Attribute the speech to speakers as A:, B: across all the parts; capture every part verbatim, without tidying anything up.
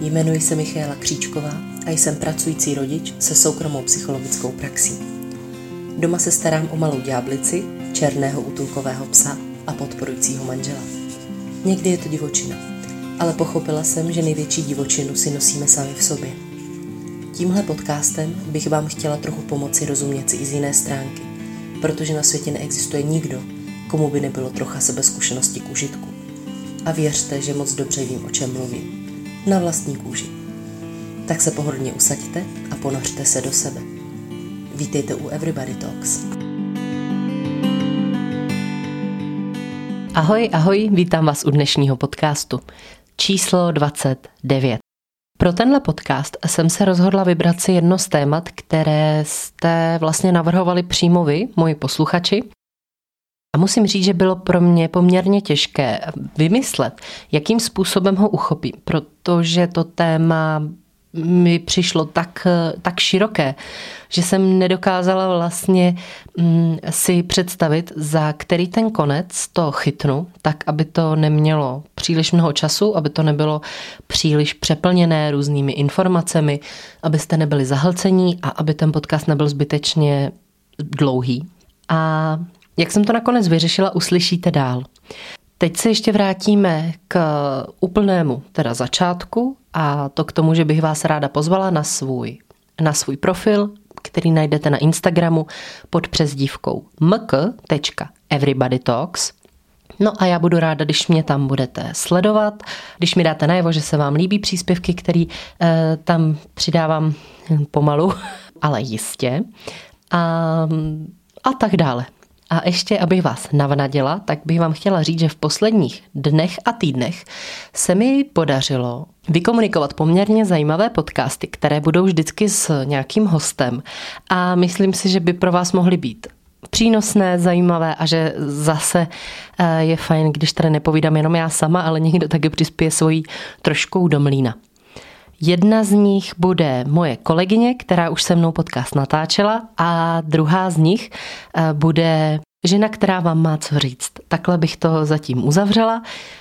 A: Jmenuji se Michaela Kříčková a jsem pracující rodič se soukromou psychologickou praxí. Doma se starám o malou ďáblici, černého útulkového psa a podporujícího manžela. Někdy je to divočina, ale pochopila jsem, že největší divočinu si nosíme sami v sobě. Tímhle podcastem bych vám chtěla trochu pomoci rozumět si i z jiné stránky, protože na světě neexistuje nikdo, komu by nebylo trocha sebezkušenosti k užitku. A věřte, že moc dobře vím, o čem mluvím. Na vlastní kůži. Tak se pohodlně usaďte a ponořte se do sebe. Vítejte u Everybody Talks.
B: Ahoj, ahoj, vítám vás u dnešního podcastu. Číslo dvacet devět. Pro tenhle podcast jsem se rozhodla vybrat si jedno z témat, které jste vlastně navrhovali přímo vy, moji posluchači. A musím říct, že bylo pro mě poměrně těžké vymyslet, jakým způsobem ho uchopím, protože to téma mi přišlo tak, tak široké, že jsem nedokázala vlastně mm, si představit, za který ten konec to chytnu, tak aby to nemělo příliš mnoho času, aby to nebylo příliš přeplněné různými informacemi, abyste nebyli zahlcení a aby ten podcast nebyl zbytečně dlouhý. A jak jsem to nakonec vyřešila, uslyšíte dál. Teď se ještě vrátíme k úplnému teda začátku a to k tomu, že bych vás ráda pozvala na svůj, na svůj profil, který najdete na Instagramu pod přezdívkou m k tečka everybody talks. No a já budu ráda, když mě tam budete sledovat, když mi dáte najevo, že se vám líbí příspěvky, které eh, tam přidávám pomalu, ale jistě a, a tak dále. A ještě, abych vás navnadila, tak bych vám chtěla říct, že v posledních dnech a týdnech se mi podařilo vykomunikovat poměrně zajímavé podcasty, které budou vždycky s nějakým hostem a myslím si, že by pro vás mohly být přínosné, zajímavé a že zase je fajn, když tady nepovídám jenom já sama, ale někdo taky přispěje svojí troškou do mlýna. Jedna z nich bude moje kolegyně, která už se mnou podcast natáčela a druhá z nich bude žena, která vám má co říct. Takhle bych to zatím uzavřela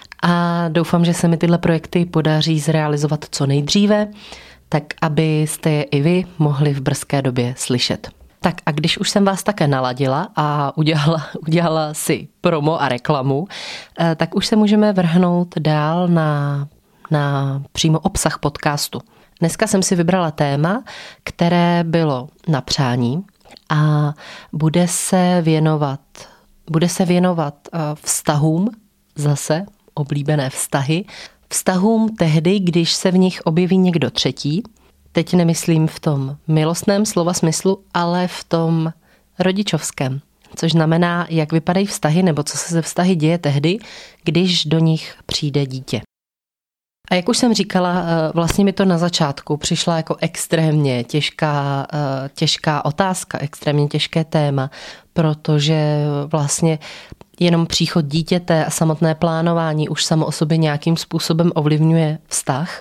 B: a doufám, že se mi tyhle projekty podaří zrealizovat co nejdříve, tak abyste je i vy mohli v brzké době slyšet. Tak a když už jsem vás také naladila a udělala, udělala si promo a reklamu, tak už se můžeme vrhnout dál na na přímo obsah podcastu. Dneska jsem si vybrala téma, které bylo na přání a bude se věnovat, bude se věnovat vztahům, zase oblíbené vztahy, vztahům tehdy, když se v nich objeví někdo třetí. Teď nemyslím v tom milostném slova smyslu, ale v tom rodičovském. Což znamená, jak vypadají vztahy nebo co se ze vztahy děje tehdy, když do nich přijde dítě. A jak už jsem říkala, vlastně mi to na začátku přišla jako extrémně těžká, těžká otázka, extrémně těžké téma, protože vlastně jenom příchod dítěte a samotné plánování už samo o sobě nějakým způsobem ovlivňuje vztah.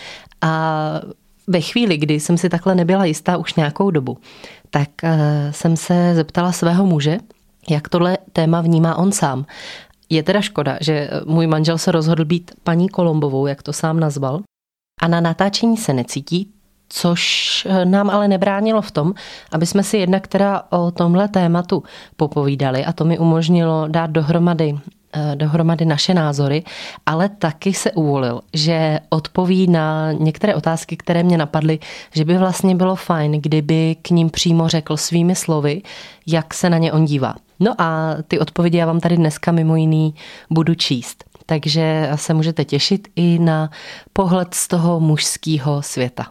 B: A ve chvíli, kdy jsem si takhle nebyla jistá už nějakou dobu, tak jsem se zeptala svého muže, jak tohle téma vnímá on sám. Je teda škoda, že můj manžel se rozhodl být paní Kolombovou, jak to sám nazval, a na natáčení se necítí, což nám ale nebránilo v tom, aby jsme si jednak teda o tomhle tématu popovídali a to mi umožnilo dát dohromady, dohromady naše názory, ale taky se uvolil, že odpoví na některé otázky, které mě napadly, že by vlastně bylo fajn, kdyby k ním přímo řekl svými slovy, jak se na ně on dívá. No a ty odpovědi já vám tady dneska mimo jiný budu číst. Takže se můžete těšit i na pohled z toho mužského světa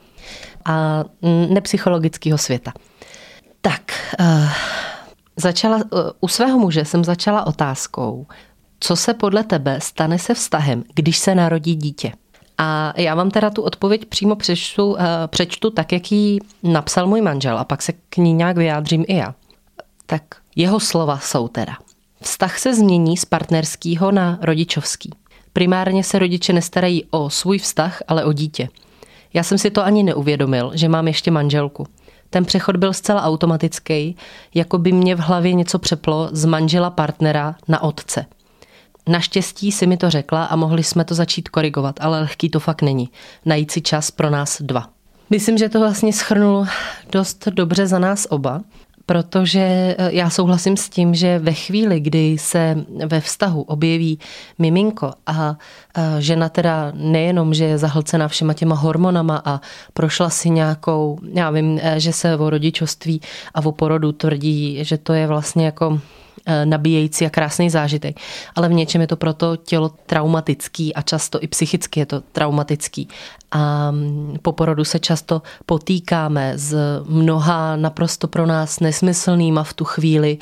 B: a nepsychologického světa. Tak, začala, u svého muže jsem začala otázkou, co se podle tebe stane se vztahem, když se narodí dítě. A já vám teda tu odpověď přímo přečtu, přečtu tak, jak ji napsal můj manžel a pak se k ní nějak vyjádřím i já. Tak jeho slova jsou teda. Vztah se změní z partnerského na rodičovský. Primárně se rodiče nestarají o svůj vztah, ale o dítě. Já jsem si to ani neuvědomil, že mám ještě manželku. Ten přechod byl zcela automatický, jako by mě v hlavě něco přeplo z manžela partnera na otce. Naštěstí si mi to řekla a mohli jsme to začít korigovat, ale lehký to fakt není. Najít si čas pro nás dva. Myslím, že to vlastně shrnul dost dobře za nás oba, protože já souhlasím s tím, že ve chvíli, kdy se ve vztahu objeví miminko a žena teda nejenom, že je zahlcená všema těma hormonama a prošla si nějakou, já vím, že se o rodičovství a o porodu tvrdí, že to je vlastně jako nabíjející a krásný zážitek. Ale v něčem je to proto tělo traumatický a často i psychicky je to traumatický. A po porodu se často potýkáme s mnoha naprosto pro nás nesmyslnýma v tu chvíli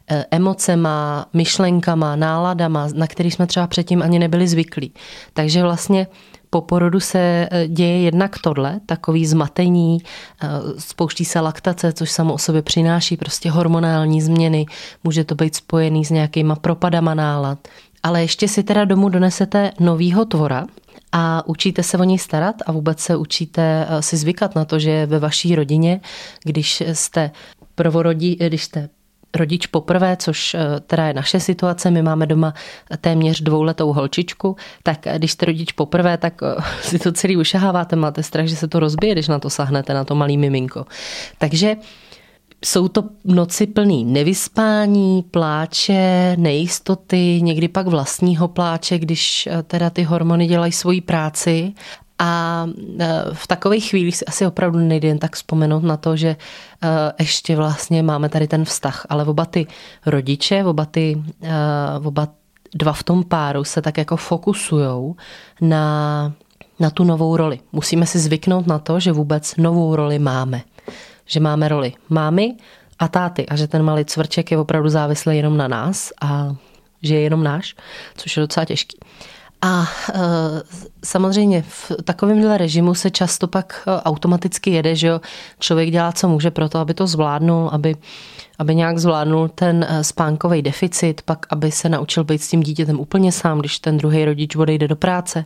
B: emocema, myšlenkama, náladama, na který jsme třeba předtím ani nebyli zvyklí. Takže vlastně po porodu se děje jednak tohle, takový zmatení, spouští se laktace, což samo o sobě přináší prostě hormonální změny, může to být spojený s nějakýma propadama nálad. Ale ještě si teda domů donesete novýho tvora a učíte se o něj starat a vůbec se učíte si zvykat na to, že ve vaší rodině, když jste prvorodí, když jste rodič poprvé, což teda je naše situace, my máme doma téměř dvouletou holčičku, tak když jste rodič poprvé, tak si to celý ušaháváte, máte strach, že se to rozbije, když na to sahnete, na to malý miminko. Takže jsou to noci plný nevyspání, pláče, nejistoty, někdy pak vlastního pláče, když teda ty hormony dělají svoji práci. A v takových chvílích si asi opravdu nejde jen tak vzpomenout na to, že ještě vlastně máme tady ten vztah. Ale oba ty rodiče, oba, ty, oba dva v tom páru se tak jako fokusujou na, na tu novou roli. Musíme si zvyknout na to, že vůbec novou roli máme. Že máme roli mámy a táty a že ten malý cvrček je opravdu závislý jenom na nás a že je jenom náš, což je docela těžký. A e, samozřejmě v takovémhle režimu se často pak automaticky jede, že jo, člověk dělá, co může pro to, aby to zvládnul, aby, aby nějak zvládnul ten spánkový deficit, pak aby se naučil být s tím dítětem úplně sám, když ten druhý rodič odejde do práce.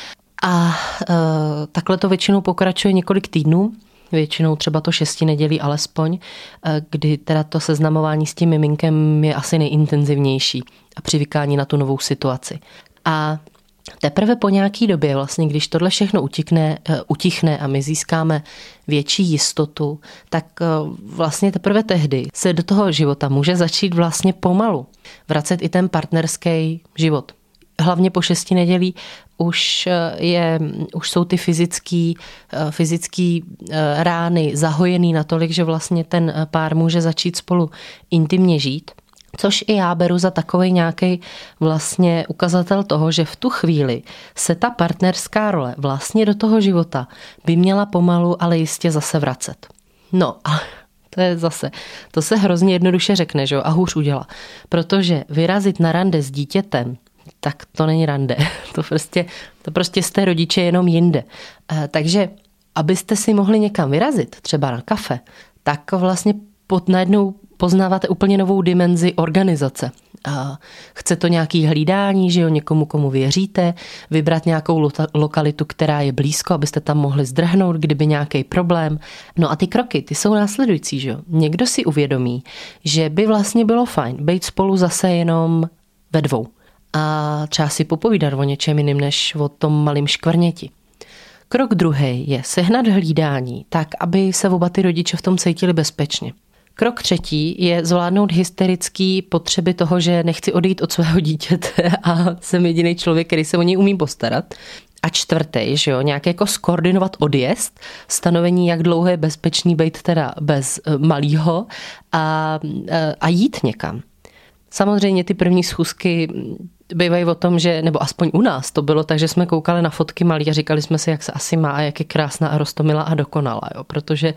B: A e, takhle to většinou pokračuje několik týdnů, většinou třeba to šesti nedělí alespoň, kdy teda to seznamování s tím miminkem je asi nejintenzivnější a přivykání na tu novou situaci. A teprve po nějaký době, vlastně, když tohle všechno utikne, utichne a my získáme větší jistotu, tak vlastně teprve tehdy se do toho života může začít vlastně pomalu vracet i ten partnerský život. Hlavně po šesti nedělí už, je, už jsou ty fyzický, fyzický rány zahojený natolik, že vlastně ten pár může začít spolu intimně žít. Což i já beru za takovej nějaký vlastně ukazatel toho, že v tu chvíli se ta partnerská role vlastně do toho života by měla pomalu, ale jistě zase vracet. No a to je zase, to se hrozně jednoduše řekne, že jo, a hůř udělá. Protože vyrazit na rande s dítětem, tak to není rande. To prostě, to prostě jste rodiče jenom jinde. Takže abyste si mohli někam vyrazit, třeba na kafe, tak vlastně pod najednou poznáváte úplně novou dimenzi organizace. A chce to nějaký hlídání, že jo, někomu, komu věříte, vybrat nějakou lo- lokalitu, která je blízko, abyste tam mohli zdrhnout, kdyby nějaký problém. No a ty kroky, ty jsou následující, že jo. Někdo si uvědomí, že by vlastně bylo fajn být spolu zase jenom ve dvou. A třeba si popovídat o něčem jiným, než o tom malým škvrněti. Krok druhý je sehnat hlídání, tak, aby se oba ty rodiče v tom cítili bezpečně. Krok třetí je zvládnout hysterické potřeby toho, že nechci odejít od svého dítěte a jsem jediný člověk, který se o něj umí postarat. A čtvrtý, že jo, nějak jako skoordinovat odjezd, stanovení, jak dlouho je bezpečný být teda bez malýho a, a jít někam. Samozřejmě ty první schůzky bývají o tom, že, nebo aspoň u nás to bylo, takže jsme koukali na fotky malý a říkali jsme si, jak se asi má a jak je krásná a roztomilá a dokonalá, jo, protože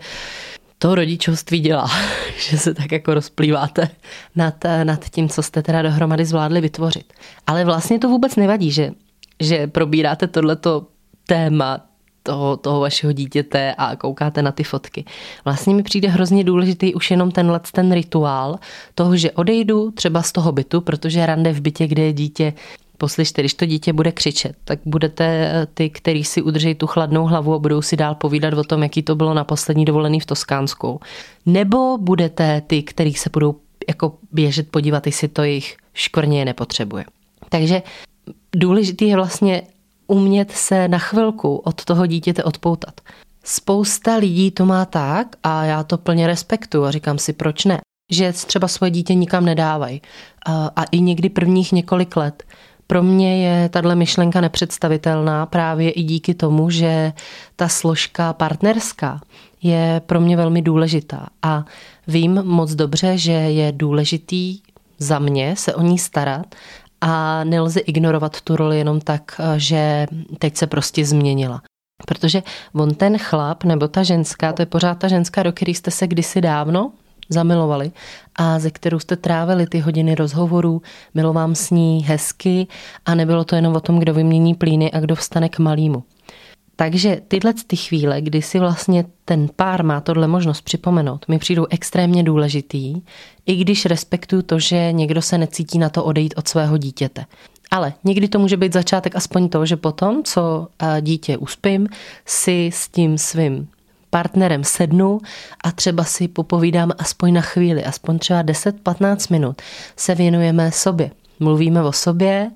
B: to rodičovství dělá, že se tak jako rozplýváte nad, nad tím, co jste teda dohromady zvládli vytvořit. Ale vlastně to vůbec nevadí, že, že probíráte tohleto téma toho, toho vašeho dítěte a koukáte na ty fotky. Vlastně mi přijde hrozně důležitý už jenom tenhle ten rituál toho, že odejdu třeba z toho bytu, protože rande v bytě, kde je dítě, poslyšte, když to dítě bude křičet, tak budete ty, který si udrží tu chladnou hlavu a budou si dál povídat o tom, jaký to bylo na poslední dovolený v Toskánsku. Nebo budete ty, který se budou jako běžet podívat, jestli to jejich škvrně nepotřebuje. Takže důležitý je vlastně umět se na chvilku od toho dítěte odpoutat. Spousta lidí to má tak a já to plně respektuju a říkám si, proč ne, že třeba svoje dítě nikam nedávají a, a i někdy prvních několik let. Pro mě je tahle myšlenka nepředstavitelná právě i díky tomu, že ta složka partnerská je pro mě velmi důležitá a vím moc dobře, že je důležitý za mě se o ní starat a nelze ignorovat tu roli jenom tak, že teď se prostě změnila. Protože on ten chlap nebo ta ženská, to je pořád ta ženská, do které jste se kdysi dávno zamilovali a ze kterou jste trávili ty hodiny rozhovorů, bylo vám s ní hezky a nebylo to jenom o tom, kdo vymění plíny a kdo vstane k malýmu. Takže tyhle ty chvíle, kdy si vlastně ten pár má tohle možnost připomenout, mi přijdou extrémně důležitý, i když respektuju to, že někdo se necítí na to odejít od svého dítěte. Ale někdy to může být začátek aspoň toho, že potom, co dítě uspím, si s tím svým partnerem sednu a třeba si popovídám aspoň na chvíli, aspoň třeba deset patnáct minut se věnujeme sobě. Mluvíme o sobě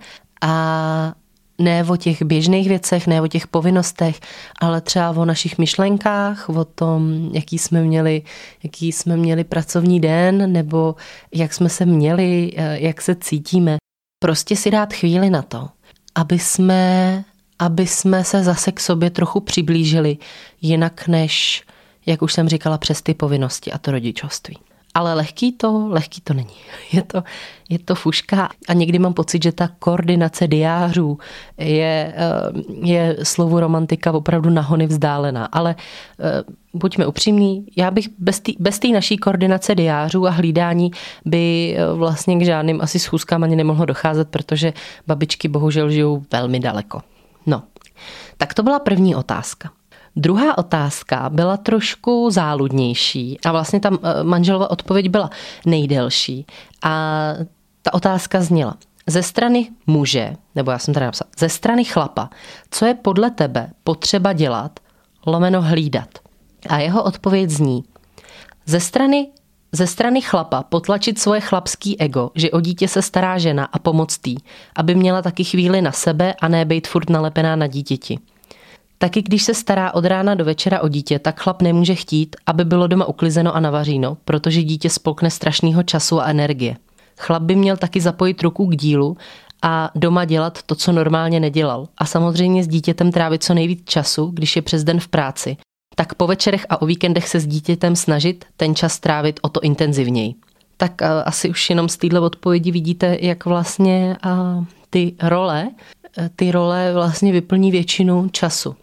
B: a ne o těch běžných věcech, ne o těch povinnostech, ale třeba o našich myšlenkách, o tom, jaký jsme měli, jaký jsme měli pracovní den, nebo jak jsme se měli, jak se cítíme. Prostě si dát chvíli na to, aby jsme, aby jsme se zase k sobě trochu přiblížili, jinak než, jak už jsem říkala, přes ty povinnosti a to rodičovství. Ale lehký to, lehký to není. Je to, je to fuška a někdy mám pocit, že ta koordinace diářů je, je slovu romantika opravdu na hony vzdálená. Ale buďme upřímní, já bych bez té bez té naší koordinace diářů a hlídání by vlastně k žádným asi schůzkám ani nemohlo docházet, protože babičky bohužel žijou velmi daleko. No, tak to byla první otázka. Druhá otázka byla trošku záludnější a vlastně tam manželova odpověď byla nejdelší. A ta otázka zněla, ze strany muže, nebo já jsem tady napsala, ze strany chlapa, co je podle tebe potřeba dělat, lomeno hlídat? A jeho odpověď zní, ze strany, ze strany chlapa potlačit svoje chlapský ego, že o dítě se stará žena a pomoct jí, aby měla taky chvíli na sebe a ne být furt nalepená na dítěti. Taky když se stará od rána do večera o dítě, tak chlap nemůže chtít, aby bylo doma uklizeno a navaříno, protože dítě spolkne strašnýho času a energie. Chlap by měl taky zapojit ruku k dílu a doma dělat to, co normálně nedělal. A samozřejmě s dítětem trávit co nejvíc času, když je přes den v práci. Tak po večerech a o víkendech se s dítětem snažit ten čas trávit o to intenzivněji. Tak a, asi už jenom z téhle odpovědi vidíte, jak vlastně a, ty role, ty role vlastně vyplní většinu času.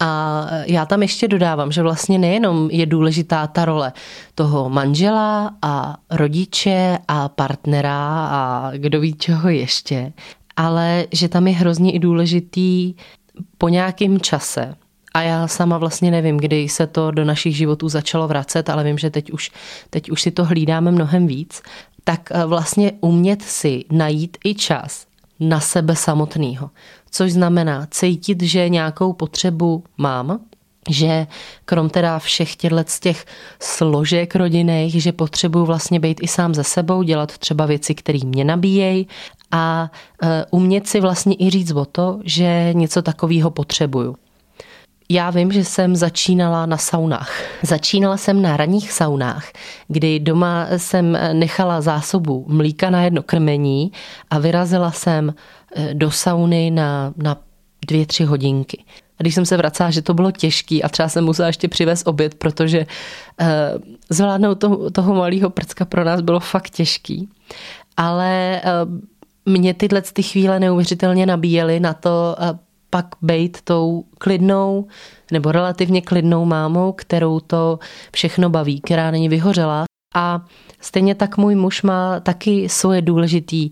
B: A já tam ještě dodávám, že vlastně nejenom je důležitá ta role toho manžela a rodiče a partnera a kdo ví čeho ještě, ale že tam je hrozně i důležitý po nějakém čase. A já sama vlastně nevím, kdy se to do našich životů začalo vracet, ale vím, že teď už, teď už si to hlídáme mnohem víc. Tak vlastně umět si najít i čas na sebe samotného. Což znamená cítit, že nějakou potřebu mám, že krom teda všech těchto těch složek rodinných, že potřebuju vlastně být i sám ze sebou, dělat třeba věci, které mě nabíjejí a umět si vlastně i říct o to, že něco takového potřebuju. Já vím, že jsem začínala na saunách. Začínala jsem na ranních saunách, kdy doma jsem nechala zásobu mlíka na jedno krmení a vyrazila jsem do sauny na, na dvě, tři hodinky. A když jsem se vracela, že to bylo těžký a třeba jsem musela ještě přivést oběd, protože uh, zvládnout toho, toho malého prcka pro nás bylo fakt těžký. Ale uh, mě tyhle ty chvíle neuvěřitelně nabíjely na to, uh, pak bejt tou klidnou nebo relativně klidnou mámou, kterou to všechno baví, která není vyhořela. A stejně tak můj muž má taky svoje důležitý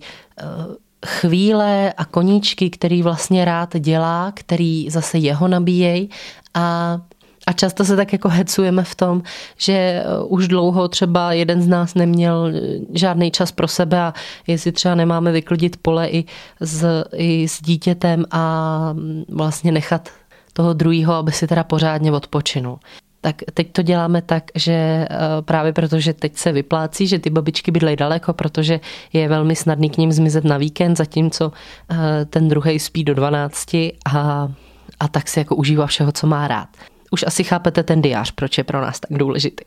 B: chvíle a koníčky, který vlastně rád dělá, který zase jeho nabíjejí a A často se tak jako hecujeme v tom, že už dlouho třeba jeden z nás neměl žádný čas pro sebe a jestli třeba nemáme vyklidit pole i s, i s dítětem a vlastně nechat toho druhého, aby si teda pořádně odpočinul. tak teď to děláme tak, že právě protože teď se vyplácí, že ty babičky bydlejí daleko, protože je velmi snadný k ním zmizet na víkend, zatímco ten druhej spí do dvanácti a, a tak si jako užívá všeho, co má rád. Už asi chápete ten diář, proč je pro nás tak důležitý.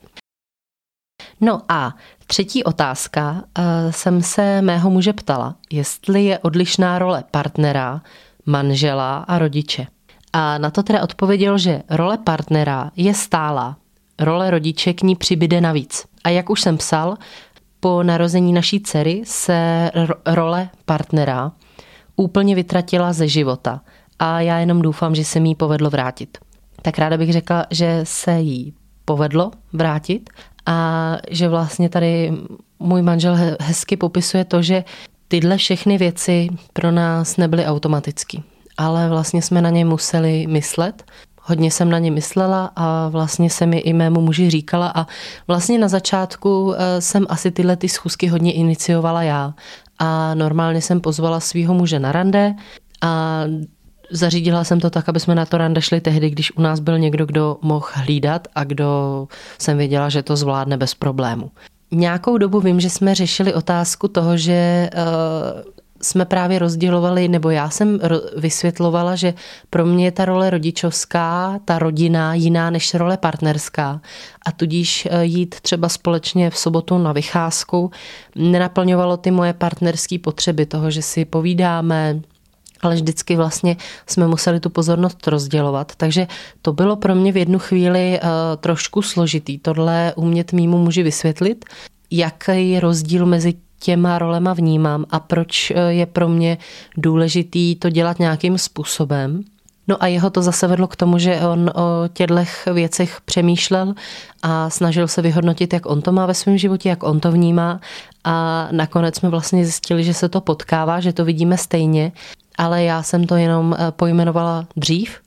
B: No a třetí otázka, jsem se mého muže ptala, jestli je odlišná role partnera, manžela a rodiče. A na to teda odpověděl, že role partnera je stálá, role rodiče k ní přibyde navíc. A jak už jsem psal, po narození naší dcery se role partnera úplně vytratila ze života a já jenom doufám, že se mi jí povedlo vrátit. Tak ráda bych řekla, že se jí povedlo vrátit a že vlastně tady můj manžel hezky popisuje to, že tyhle všechny věci pro nás nebyly automaticky, ale vlastně jsme na ně museli myslet. Hodně jsem na ně myslela a vlastně jsem je i mému muži říkala a vlastně na začátku jsem asi tyhle ty schůzky hodně iniciovala já a normálně jsem pozvala svýho muže na rande a zařídila jsem to tak, aby jsme na to rande šli tehdy, když u nás byl někdo, kdo mohl hlídat a kdo jsem věděla, že to zvládne bez problému. Nějakou dobu vím, že jsme řešili otázku toho, že uh, jsme právě rozdělovali, nebo já jsem vysvětlovala, že pro mě je ta role rodičovská, ta rodina jiná než role partnerská a tudíž jít třeba společně v sobotu na vycházku nenaplňovalo ty moje partnerské potřeby toho, že si povídáme, ale vždycky vlastně jsme museli tu pozornost rozdělovat. Takže to bylo pro mě v jednu chvíli uh, trošku složitý. Tohle umět mýmu muži vysvětlit, jaký rozdíl mezi těma rolema vnímám a proč je pro mě důležitý to dělat nějakým způsobem. No a jeho to zase vedlo k tomu, že on o těchto věcech přemýšlel a snažil se vyhodnotit, jak on to má ve svém životě, jak on to vnímá a nakonec jsme vlastně zjistili, že se to potkává, že to vidíme stejně, ale já jsem to jenom pojmenovala dřív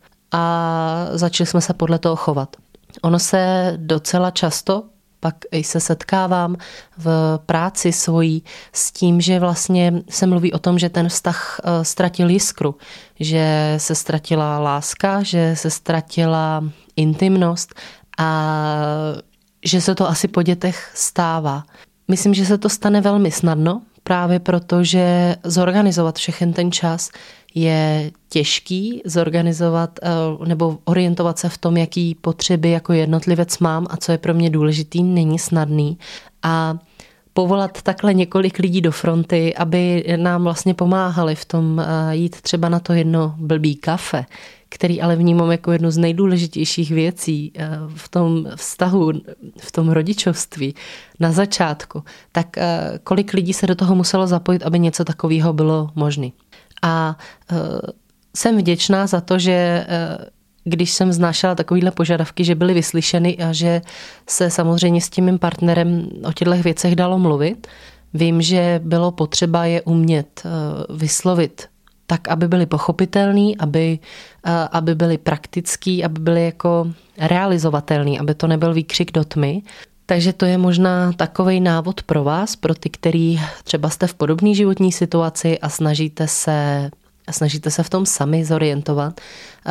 B: a začali jsme se podle toho chovat. Ono se docela často pak i se setkávám v práci svojí s tím, že vlastně se mluví o tom, že ten vztah ztratil jiskru, že se ztratila láska, že se ztratila intimnost a že se to asi po dětech stává. Myslím, že se to stane velmi snadno, právě proto, že zorganizovat všechen ten čas je těžký, zorganizovat nebo orientovat se v tom, jaký potřeby jako jednotlivec mám a co je pro mě důležitý, není snadný. A povolat takhle několik lidí do fronty, aby nám vlastně pomáhali v tom jít třeba na to jedno blbý kafe, který ale vnímám jako jednu z nejdůležitějších věcí v tom vztahu, v tom rodičovství na začátku, tak kolik lidí se do toho muselo zapojit, aby něco takového bylo možné. A jsem vděčná za to, že když jsem vznášela takovýhle požadavky, že byly vyslyšeny a že se samozřejmě s tím mým partnerem o těchto věcech dalo mluvit. Vím, že bylo potřeba je umět vyslovit tak, aby byly pochopitelný, aby, aby byly praktický, aby byly jako realizovatelný, aby to nebyl výkřik do tmy. Takže to je možná takovej návod pro vás, pro ty, který třeba jste v podobné životní situaci a snažíte se, snažíte se v tom sami zorientovat.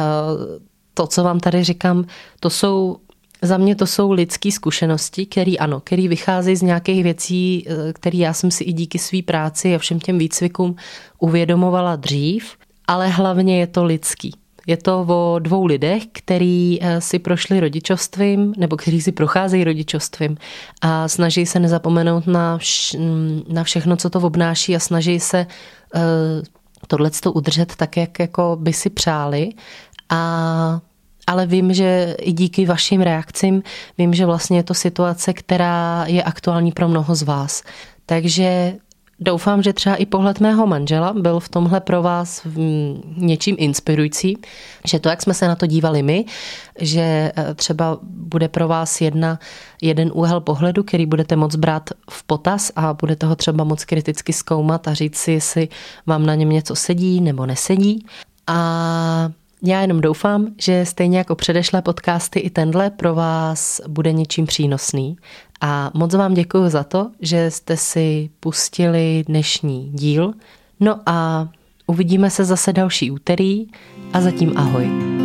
B: To, co vám tady říkám, to jsou, za mě to jsou lidské zkušenosti, které ano, které vycházejí z nějakých věcí, které já jsem si i díky své práci a všem těm výcvikům uvědomovala dřív, ale hlavně je to lidský. Je to o dvou lidech, který si prošli rodičovstvím, nebo kteří si procházejí rodičovstvím a snaží se nezapomenout na, vš- na všechno, co to obnáší a snaží se uh, tohleto udržet tak, jak jako by si přáli. A, ale vím, že i díky vašim reakcím, vím, že vlastně je to situace, která je aktuální pro mnoho z vás. Takže doufám, že třeba i pohled mého manžela byl v tomhle pro vás něčím inspirující, že to, jak jsme se na to dívali my, že třeba bude pro vás jedna, jeden úhel pohledu, který budete moc brát v potaz a budete ho třeba moc kriticky zkoumat a říct si, jestli vám na něm něco sedí nebo nesedí. A já jenom doufám, že stejně jako předešlé podcasty i tenhle pro vás bude něčím přínosný. A moc vám děkuji za to, že jste si pustili dnešní díl. No a uvidíme se zase další úterý a zatím ahoj.